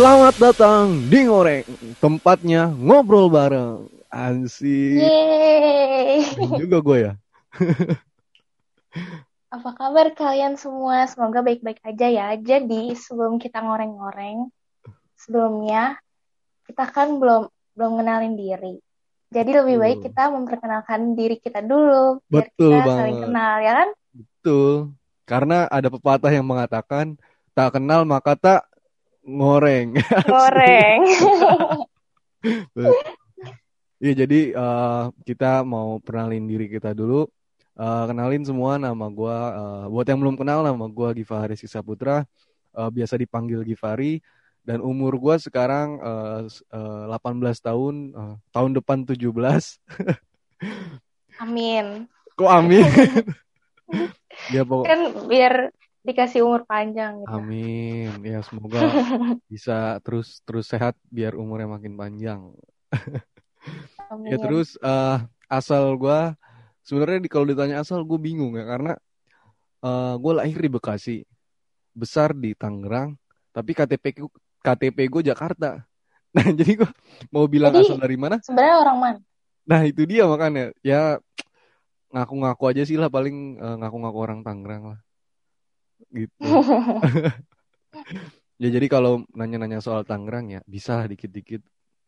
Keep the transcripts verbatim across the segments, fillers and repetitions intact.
Selamat datang di Ngoreng, tempatnya ngobrol bareng. Asik. Yeay. Keren juga gue ya. Apa kabar kalian semua? Semoga baik-baik aja ya. Jadi sebelum kita ngoreng-ngoreng, sebelumnya kita kan belum belum kenalin diri. Jadi lebih baik Betul, kita memperkenalkan diri kita dulu, biar betul kita saling banget. kenal, ya kan? Betul. Karena ada pepatah yang mengatakan, tak kenal maka tak ngoreng. Asik. Ngoreng. Iya, jadi eh, kita mau kenalin diri kita dulu. Eh, kenalin semua, nama gue. Eh, buat yang belum kenal, nama gue Givari Sisaputra. Eh, biasa dipanggil Givari. Dan umur gue sekarang eh, s- eh, delapan belas tahun. Eh, tahun depan tujuh belas. Amin. Kok amin? Ya pokok. Kan biar dikasih umur panjang gitu. Amin. Ya semoga bisa terus terus sehat biar umurnya makin panjang. Ya Amin. terus eh, asal gue sebenarnya di kalau ditanya asal gue bingung ya karena eh, gue lahir di Bekasi, besar di Tangerang, tapi K T P ku- K T P gue Jakarta. Nah, jadi gue mau bilang Jadi asal dari mana? sebenarnya orang mana? Nah, itu dia makanya. Ya, ngaku-ngaku aja sih lah paling eh, ngaku-ngaku orang Tangerang lah gitu. Ya jadi kalau nanya-nanya soal Tangerang ya bisa lah dikit-dikit.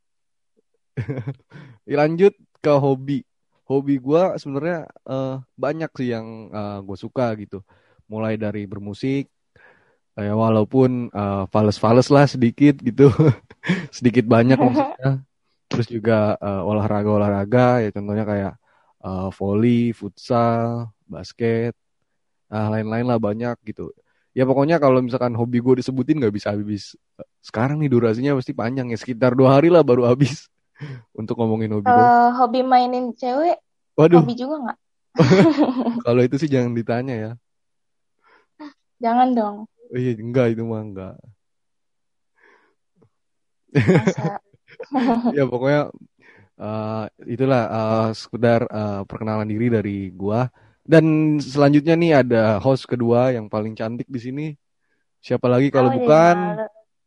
Ya, lanjut ke hobi. Hobi gue sebenarnya eh, banyak sih yang gue suka gitu. Mulai dari bermusik, ya walaupun eh, fales-fales lah sedikit gitu. Sedikit banyak maksudnya. Terus juga eh, olahraga-olahraga ya contohnya kayak eh, volley, futsal, basket, nah, lain-lain lah banyak gitu. Ya pokoknya kalau misalkan hobi gue disebutin nggak bisa habis. Sekarang nih durasinya pasti panjang ya sekitar dua hari lah baru habis untuk ngomongin hobi gue. Kalau hobi mainin cewek, Waduh, hobi juga nggak? kalau itu sih jangan ditanya ya. Jangan dong. Oh, iya enggak itu mah enggak. Masa. Ya pokoknya eh, itulah eh, sekedar eh, perkenalan diri dari gua. Dan selanjutnya nih ada host kedua yang paling cantik di sini. Siapa lagi kalau Aku jadi bukan? malu.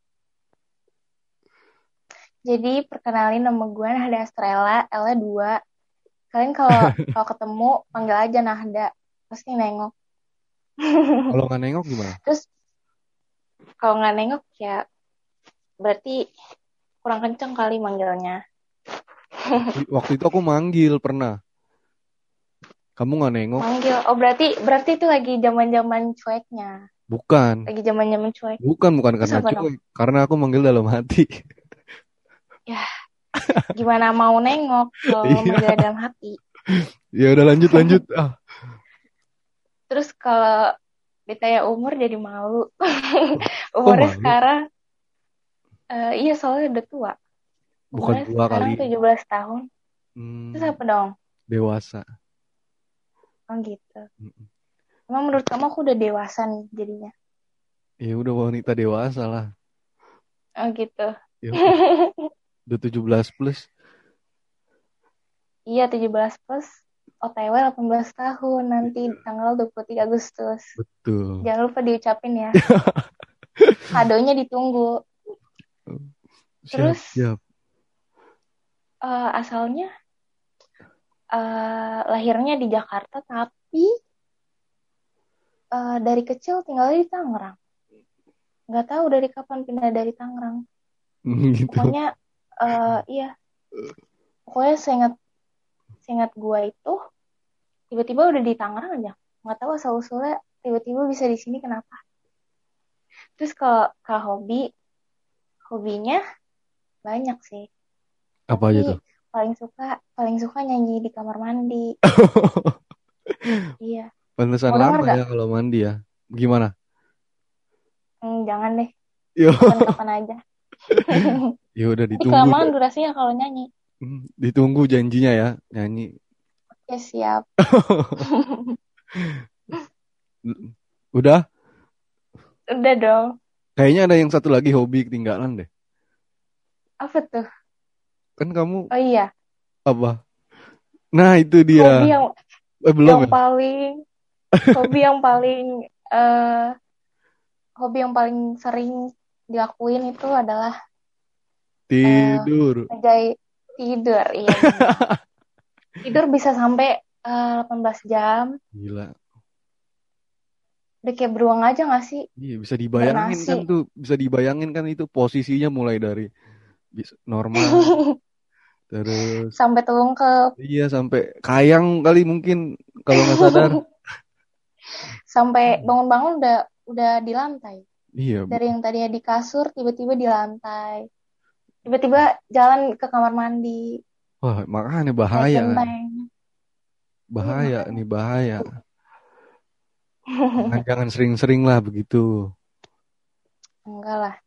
Jadi perkenalin nama gue Nahda Astrella, Ella dua. Kalian kalau kalau ketemu panggil aja Nahda, pasti nengok. Kalau nggak nengok gimana? Terus kalau nggak nengok ya berarti kurang kenceng kali manggilnya. Waktu, waktu itu aku manggil pernah. Kamu nggak nengok? Manggil. Oh berarti berarti itu lagi zaman-zaman cueknya. Bukan. Lagi zaman-zaman cuek. Bukan, bukan Terus karena apa dong? cuek. Karena aku manggil dalam hati. Ya, gimana mau nengok kalau Iya. manggil dalam hati. Ya udah lanjut lanjut. Ah, Terus kalau ditanya umur jadi malu. kok Umurnya malu? sekarang eh, iya soalnya udah tua. Bukan Umurnya tua sekarang kali. tujuh belas tahun. Terus Hmm, apa dong? dewasa. Oh gitu. Emang menurut kamu aku udah dewasa nih jadinya? Ya udah wanita dewasa lah. Oh gitu. Ya udah tujuh belas plus. Iya tujuh belas plus. O T W delapan belas tahun nanti tanggal dua puluh tiga Agustus. Betul. Jangan lupa diucapin ya. Kadonya ditunggu. Siap, Terus siap. eh, asalnya eh, lahirnya di Jakarta tapi eh, dari kecil tinggalnya di Tangerang. Nggak tahu dari kapan pindah dari Tangerang. Gitu. Pokoknya eh, iya, pokoknya seingat seingat gua itu tiba-tiba udah di Tangerang aja. Nggak tahu asal usulnya tiba-tiba bisa di sini kenapa. Terus kalau kalau hobi, hobinya banyak sih. Apa aja Tapi tuh? paling suka paling suka nyanyi di kamar mandi. Iya. Pantesan Mau denger lama gak? ya kalau mandi ya. Gimana? Hmm, jangan deh. Yo, Kapan-kapan aja. ya udah Nanti ditunggu kelamaan ya. durasinya kalau nyanyi. Hmm, ditunggu janjinya ya nyanyi. Ya siap. Udah, Udah dong. kayaknya ada yang satu lagi hobi ketinggalan deh. Apa tuh? Kan kamu Oh iya. apa? Nah, itu dia. Hobi yang Eh belum yang ya? paling hobi yang paling eh hobi yang paling sering dilakuin itu adalah Tidur. uh, ngejai tidur. Iya benar. Tidur bisa sampai uh, delapan belas jam. Gila. Udah kayak beruang aja gak sih? Iya, bisa dibayangin kan Bernasi. tuh, bisa dibayangin kan itu posisinya mulai dari bis- normal, terus Sampai telungkup. iya sampai kayang kali mungkin kalau nggak sadar. Sampai bangun-bangun udah udah di lantai. Iya, Dari yang tadinya di kasur tiba-tiba di lantai. Tiba-tiba jalan ke kamar mandi, wah makanya naik bahaya kan, genteng. Iya bahaya makanya. nih bahaya. Jangan jangan sering-sering lah begitu. Enggak lah.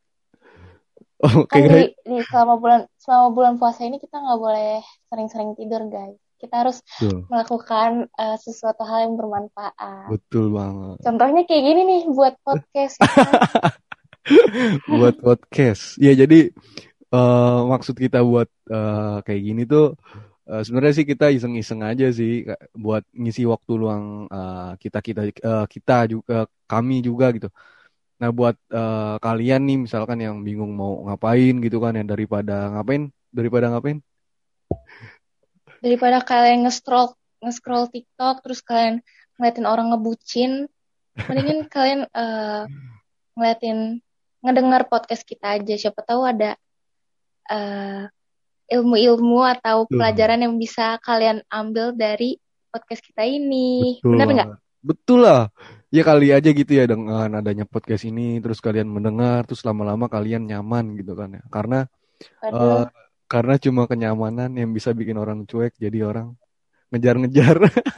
Oke Kan guys. di, di selama bulan selama bulan puasa ini kita nggak boleh sering-sering tidur, guys. Kita harus Betul, melakukan uh, sesuatu hal yang bermanfaat. betul banget. Contohnya kayak gini nih buat podcast ya kan. Buat podcast. Ya jadi eh, maksud kita buat eh, kayak gini tuh eh, sebenarnya sih kita iseng-iseng aja sih Kak, buat ngisi waktu luang eh, kita kita eh, kita juga kami juga gitu. Nah buat eh, kalian nih misalkan yang bingung mau ngapain gitu kan ya daripada ngapain daripada ngapain Daripada kalian nge-scroll nge-scroll TikTok terus kalian ngeliatin orang ngebucin, mendingan kalian uh, ngeliatin ngedengar podcast kita aja. Siapa tahu ada uh, ilmu-ilmu atau tuh pelajaran yang bisa kalian ambil dari podcast kita ini. betul Bener nggak? banget betul lah ya kali aja gitu ya dengan adanya podcast ini terus kalian mendengar terus lama-lama kalian nyaman gitu kan ya karena eh, Waduh, karena cuma kenyamanan yang bisa bikin orang cuek jadi orang ngejar-ngejar.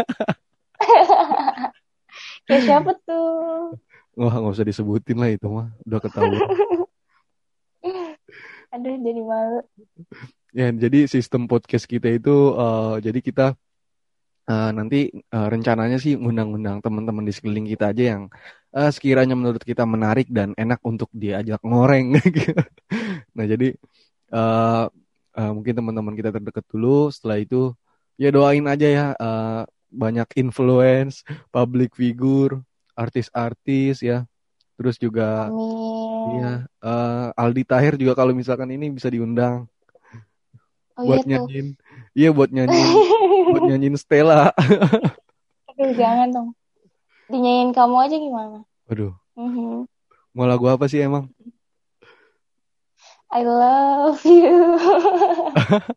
kayak siapa tuh? Wah nggak usah disebutin lah itu mah udah ketahuan. Aduh, jadi malu. Ya jadi sistem podcast kita itu eh, jadi kita eh, nanti eh, rencananya sih ngundang-undang teman-teman di sekeliling kita aja yang eh, sekiranya menurut kita menarik dan enak untuk diajak ngoreng. Nah jadi eh, eh, mungkin teman-teman kita terdekat dulu. Setelah itu ya doain aja ya eh, banyak influence, public figure, artis-artis ya. Terus juga iya Amin. eh, Aldi Tahir juga kalau misalkan ini bisa diundang Oh buat iya tuh. nyanyiin. Iya buat nyanyiin buat nyanyiin Stella. Aduh, jangan dong. Dinyanyiin kamu aja gimana? Waduh, Mhm. mau lagu apa sih emang? I love you.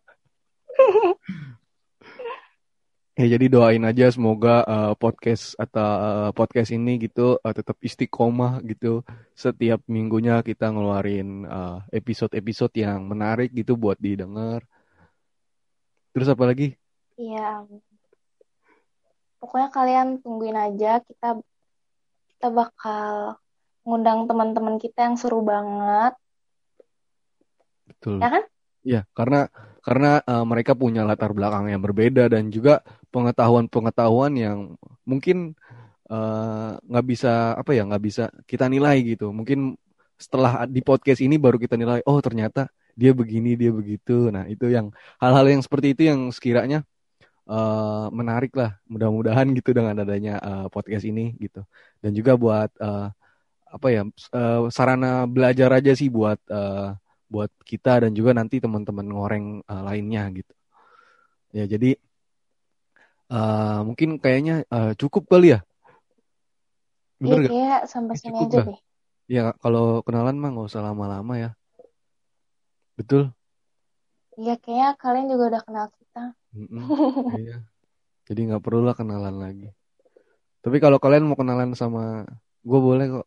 Ya jadi doain aja semoga eh, podcast atau eh, podcast ini gitu eh, tetap istiqomah gitu. Setiap minggunya kita ngeluarin eh, episode-episode yang menarik gitu buat didengar. Terus apa lagi? Iya, pokoknya kalian tungguin aja. Kita kita bakal ngundang teman-teman kita yang seru banget, Betul. ya kan? Ya, karena karena eh, mereka punya latar belakang yang berbeda dan juga pengetahuan-pengetahuan yang mungkin eh, nggak bisa apa ya nggak bisa kita nilai gitu. Mungkin setelah di podcast ini baru kita nilai, oh ternyata dia begini, dia begitu. Nah itu yang hal-hal yang seperti itu yang sekiranya eh, menarik lah. Mudah-mudahan gitu dengan adanya eh, podcast ini gitu. Dan juga buat eh, apa ya eh, sarana belajar aja sih buat eh, buat kita dan juga nanti teman-teman ngoreng eh, lainnya gitu. Ya jadi eh, mungkin kayaknya eh, cukup kali ya, Iya, bener gak? kayak sampai sini Cukup aja gak? deh. Ya kalau kenalan mah nggak usah lama-lama ya, betul? Iya, kayaknya kalian juga udah kenal kita. Mm-mm. Iya. Jadi nggak perlu lah kenalan lagi. Tapi kalau kalian mau kenalan sama gue boleh kok.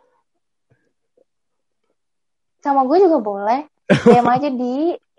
Sama gue juga boleh. D M aja di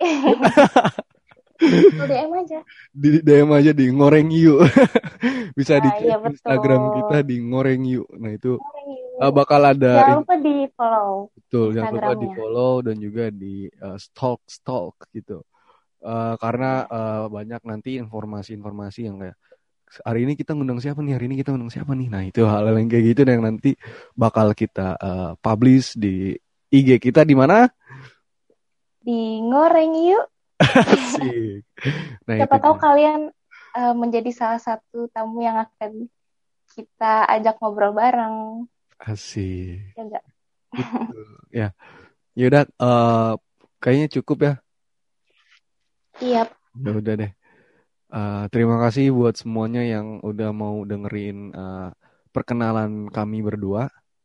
Full D M aja. Di D M aja di ngoreng yuk. Bisa Nah, dicek iya Instagram kita betul. di ngoreng yuk. Nah itu Boleh uh, yuk. bakal ada Jangan in- lupa di follow betul. Jangan lupa di Instagramnya. follow dan juga di uh, stalk stalk gitu. Uh, karena Iya. uh, banyak nanti informasi-informasi yang kayak hari ini kita ngundang siapa nih, hari ini kita ngundang siapa nih. Nah itu hal-hal yang kayak gitu yang nanti bakal kita uh, publish di I G kita di mana? Di ngoreng yuk. Asik. Nah itu Siapa tahu dia. kalian eh, menjadi salah satu tamu yang akan kita ajak ngobrol bareng. Asik. Ya enggak? Betul. Ya, ya udah. eh, kayaknya cukup ya. Iya. Ya udah deh. Eh, terima kasih buat semuanya yang udah mau dengerin eh, perkenalan kami berdua.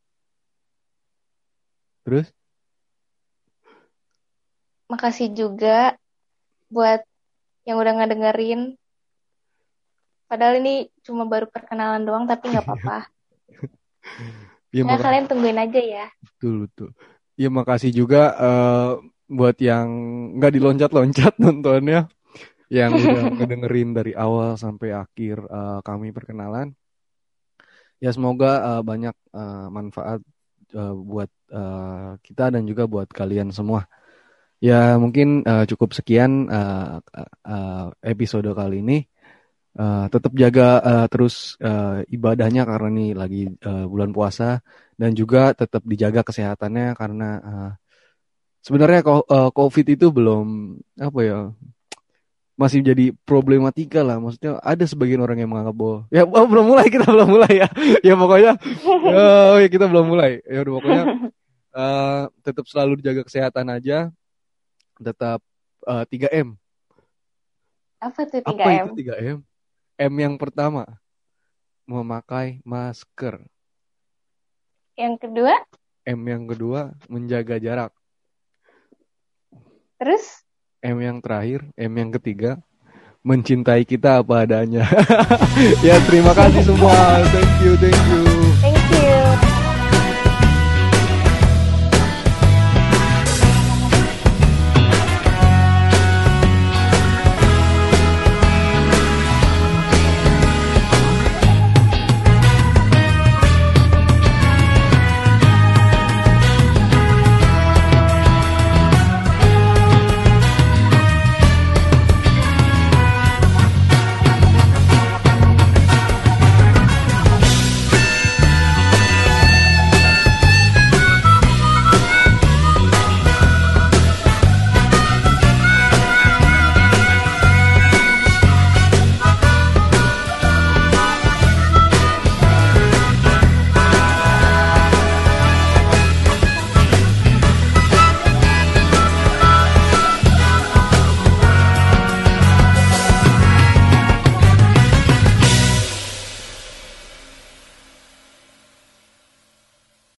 Terus, Makasih juga buat yang udah ngedengerin. Padahal ini cuma baru perkenalan doang, tapi nggak apa-apa. ya Pokoknya makasih. kalian tungguin aja ya. Betul, betul. Ya makasih juga eh, buat yang nggak diloncat-loncat nontonnya, yang udah ngedengerin dari awal sampai akhir eh, kami perkenalan. Ya semoga eh, banyak eh, manfaat eh, buat eh, kita dan juga buat kalian semua. Ya mungkin eh, cukup sekian eh, eh, episode kali ini. Eh, tetap jaga eh, terus eh, ibadahnya karena ini lagi eh, bulan puasa, dan juga tetap dijaga kesehatannya karena eh, sebenarnya ko- eh, COVID itu belum apa ya, masih jadi problematika lah. Maksudnya ada sebagian orang yang menganggap bahwa ya oh, belum mulai, kita belum mulai ya. Ya pokoknya ya, oh, ya kita belum mulai. Ya udah pokoknya eh, tetap selalu dijaga kesehatan aja, tetap eh, tiga M. Apa tuh Apa tiga itu M? tiga M? M yang pertama, memakai masker. Yang kedua, M yang kedua, menjaga jarak. terus M yang terakhir, M yang ketiga, mencintai kita apa adanya. Ya terima kasih semua. Thank you, thank you.